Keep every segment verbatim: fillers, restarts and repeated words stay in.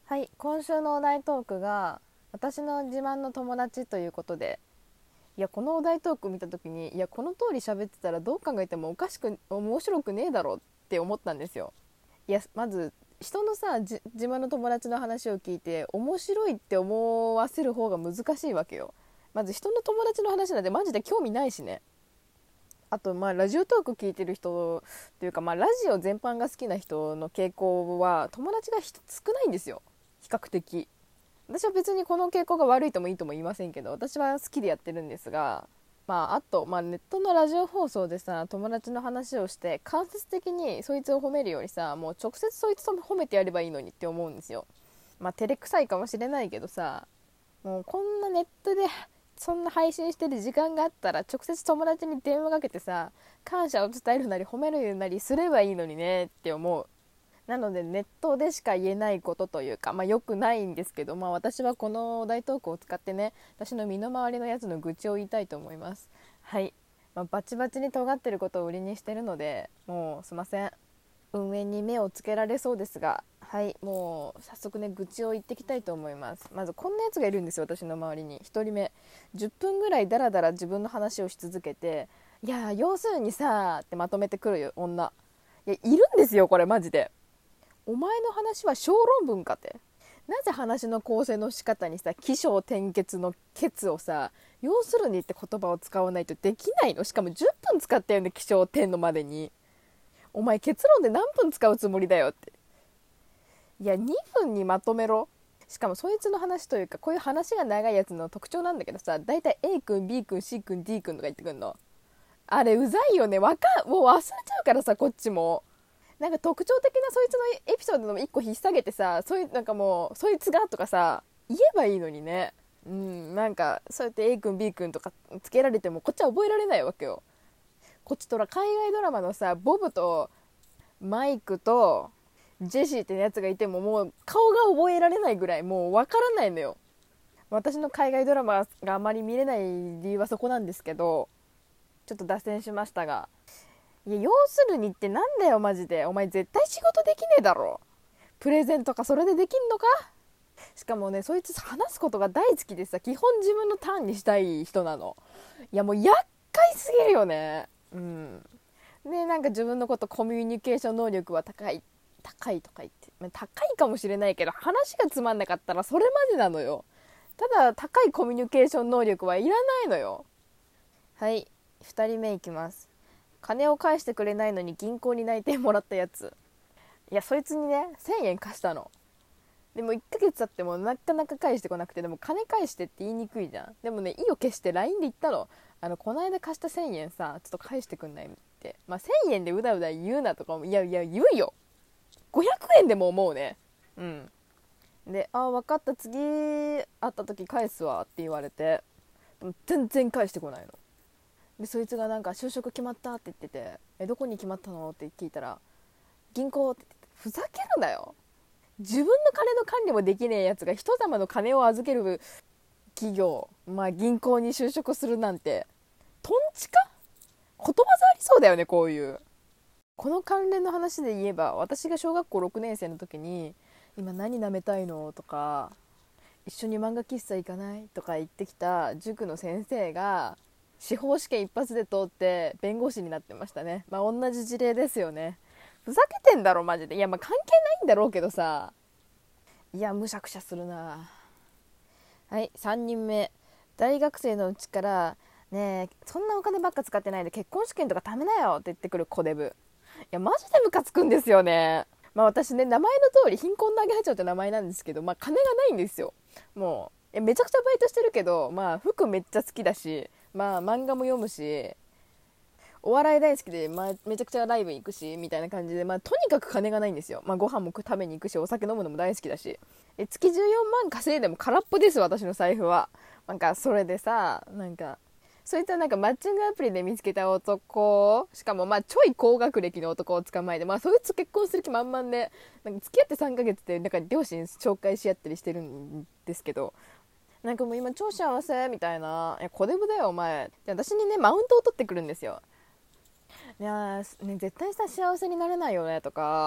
はい、今週のお題トークが私の自慢の友達ということで、いやこのお題トーク見た時に、いやこの通り喋ってたらどう考えてもおかしく面白くねえだろって思ったんですよ。いやまず人のさじ自慢の友達の話を聞いて面白いって思わせる方が難しいわけよ。まず人の友達の話なんてマジで興味ないしね。あとまあラジオトーク聞いてる人というか、まあラジオ全般が好きな人の傾向は友達が少ないんですよ、比較的。私は別にこの傾向が悪いともいいとも言いませんけど、私は好きでやってるんですが、まあ、あと、まあ、ネットのラジオ放送でさ友達の話をして間接的にそいつを褒めるよりさ、もう直接そいつを褒めてやればいいのにって思うんですよ。まあ照れくさいかもしれないけどさ、もうこんなネットでそんな配信してる時間があったら直接友達に電話かけてさ、感謝を伝えるなり褒めるなりすればいいのにねって思う。なのでネットでしか言えないことというか、まあ良くないんですけど、まあ私はこの大トークを使ってね、私の身の回りのやつの愚痴を言いたいと思います。はい、まあ、バチバチに尖ってることを売りにしてるので、もうすいません、運営に目をつけられそうですが、はい、もう早速ね愚痴を言っていきたいと思います。まずこんなやつがいるんですよ、私の周りに。ひとりめ、じゅっぷんぐらいダラダラ自分の話をし続けて、いや要するにさってまとめてくる女。いやいるんですよこれマジで。お前の話は小論文かって。なぜ話の構成の仕方にさ起承転結のケツをさ要するにって言葉を使わないとできないの。しかもじゅっぷん使ったよね、起承転のまでに。お前結論で何分使うつもりだよって。いやにふんにまとめろ。しかもそいつの話というか、こういう話が長いやつの特徴なんだけどさ、だいたい A 君 B 君 C 君 D 君とか言ってくんの。あれうざいよね。わかもう忘れちゃうからさ、こっちも。なんか特徴的なそいつのエピソードのいっこ引っ提げてさ、そいなんかもうそいつがとかさ言えばいいのにね。うん、なんかそうやって A 君 B 君とかつけられてもこっちは覚えられないわけよ。こっちとら海外ドラマのさボブとマイクとジェシーってやつがいてももう顔が覚えられないぐらいもうわからないのよ。私の海外ドラマがあまり見れない理由はそこなんですけど、ちょっと脱線しましたが、いや要するにってなんだよマジで。お前絶対仕事できねえだろ。プレゼンとかそれでできんのか。しかもねそいつ話すことが大好きでさ、基本自分のターンにしたい人なの。いやもう厄介すぎるよね。うんでなんか自分のことコミュニケーション能力は高い高いとか言って、まあ、高いかもしれないけど話がつまんなかったらそれまでなのよ。ただ高いコミュニケーション能力はいらないのよ。はい、ふたりめいきます。金を返してくれないのに銀行に内定もらったやつ。いやそいつにねせんえん貸したの。でもいっかげつ経ってもなかなか返してこなくて、でも金返してって言いにくいじゃん。でもね意を決して ライン で言ったの。あのこの間貸したせんえんさちょっと返してくんないって。まあせんえんでうだうだ言うなとかも、いやいや言うよ。ごひゃくえんでも思うね。うんで、あ分かった次会った時返すわって言われて、でも全然返してこないの。でそいつがなんか就職決まったって言ってて、えどこに決まったのって聞いたら銀行って言ってて、ふざけるなよ。自分の金の管理もできねえやつが人様の金を預ける企業、まあ銀行に就職するなんてトンチか。ことわざありそうだよねこういう。この関連の話で言えば、私が小学校ろくねん生の時に今何舐めたいのとか一緒に漫画喫茶行かないとか言ってきた塾の先生が司法試験一発で通って弁護士になってましたね。まあ同じ事例ですよね。ふざけてんだろマジで。いやまあ関係ないんだろうけどさ、いやむしゃくしゃするな。はい、さんにんめ、大学生のうちからねえそんなお金ばっか使ってないで結婚試験とか貯めなよって言ってくる小デブ。いやマジでムカつくんですよね。まあ私ね名前の通り貧困投げちゃうって名前なんですけど、まあ金がないんですよ。もうえめちゃくちゃバイトしてるけど、まあ服めっちゃ好きだし、まあ漫画も読むし、お笑い大好きで、まあ、めちゃくちゃライブ行くしみたいな感じで、まあ、とにかく金がないんですよ。まあ、ご飯も食べに行くしお酒飲むのも大好きだし、え月じゅうよんまん稼いでも空っぽです私の財布は。なんかそれでさ、なんかそういったなんかマッチングアプリで見つけた男、しかもまあちょい高学歴の男を捕まえて、まあそいつ結婚する気満々で、なんか付き合ってさんかげつでなんか両親紹介し合ったりしてるんですけど、なんかもう今超幸せみたいな。いや小デブだよお前。で私にねマウントを取ってくるんですよ。いやー、ね、絶対さ幸せになれないよねとか、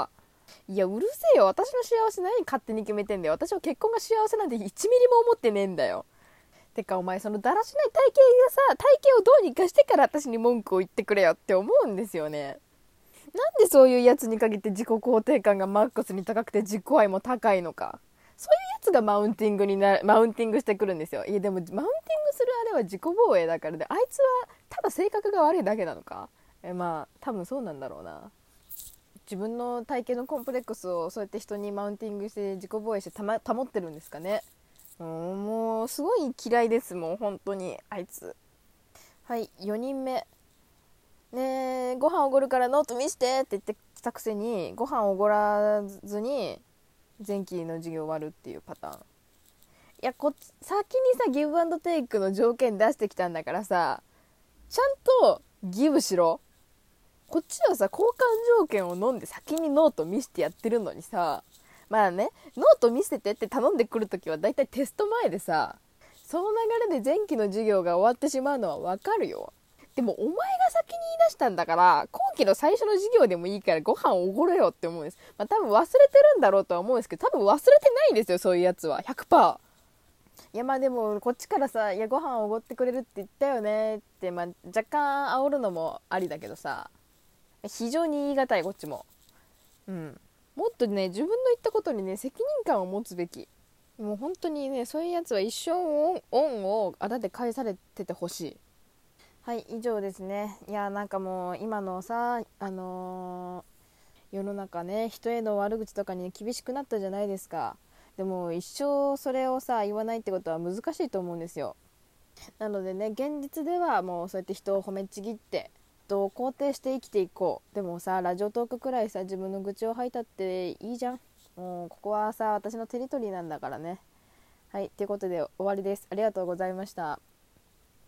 いやうるせえよ、私の幸せ何勝手に決めてんだよ。私は結婚が幸せなんていちミリも思ってねえんだよ。てかお前そのだらしない体型がさ、体型をどうにかしてから私に文句を言ってくれよって思うんですよね。なんでそういうやつに限って自己肯定感がマックスに高くて自己愛も高いのか。そういうやつがマウンティングになマウンティングしてくるんですよ。いやでもマウンティングするあれは自己防衛だからで、あいつはただ性格が悪いだけなのか。えまあ多分そうなんだろうな。自分の体型のコンプレックスをそうやって人にマウンティングして自己防衛してた、ま、保ってるんですかね。うん、もうすごい嫌いですもん本当にあいつ。はい、よにんめ。ねえご飯おごるからノート見してって言ってきたくせにご飯おごらずに前期の授業終わるっていうパターン。いやこっち先にさギブアンドテイクの条件出してきたんだからさ、ちゃんとギブしろ。こっちはさ交換条件を飲んで先にノート見せてやってるのにさ、まあね、ノート見せてって頼んでくるときはだいたいテスト前でさ、その流れで前期の授業が終わってしまうのはわかるよ。でもお前が先に言い出したんだから、後期の最初の授業でもいいからご飯おごれよって思うんです。まあ多分忘れてるんだろうとは思うんですけど、多分忘れてないんですよそういうやつは ひゃくパーセント。いやまあでもこっちからさ、いやご飯おごってくれるって言ったよねって、まあ、若干煽るのもありだけどさ、非常に言い難いこっちも。うん、もっとね自分の言ったことにね責任感を持つべき。もう本当にねそういうやつは一生恩恩をあだで返されててほしい。はい以上ですね。いやなんかもう今のさあのー、世の中ね人への悪口とかに厳しくなったじゃないですか。でも一生それをさ言わないってことは難しいと思うんですよ。なのでね現実ではもうそうやって人を褒めちぎって人を肯定して生きていこう。でもさラジオトークくらいさ自分の愚痴を吐いたっていいじゃん。もうここはさ私のテリトリーなんだからね。はいということで終わりです。ありがとうございました。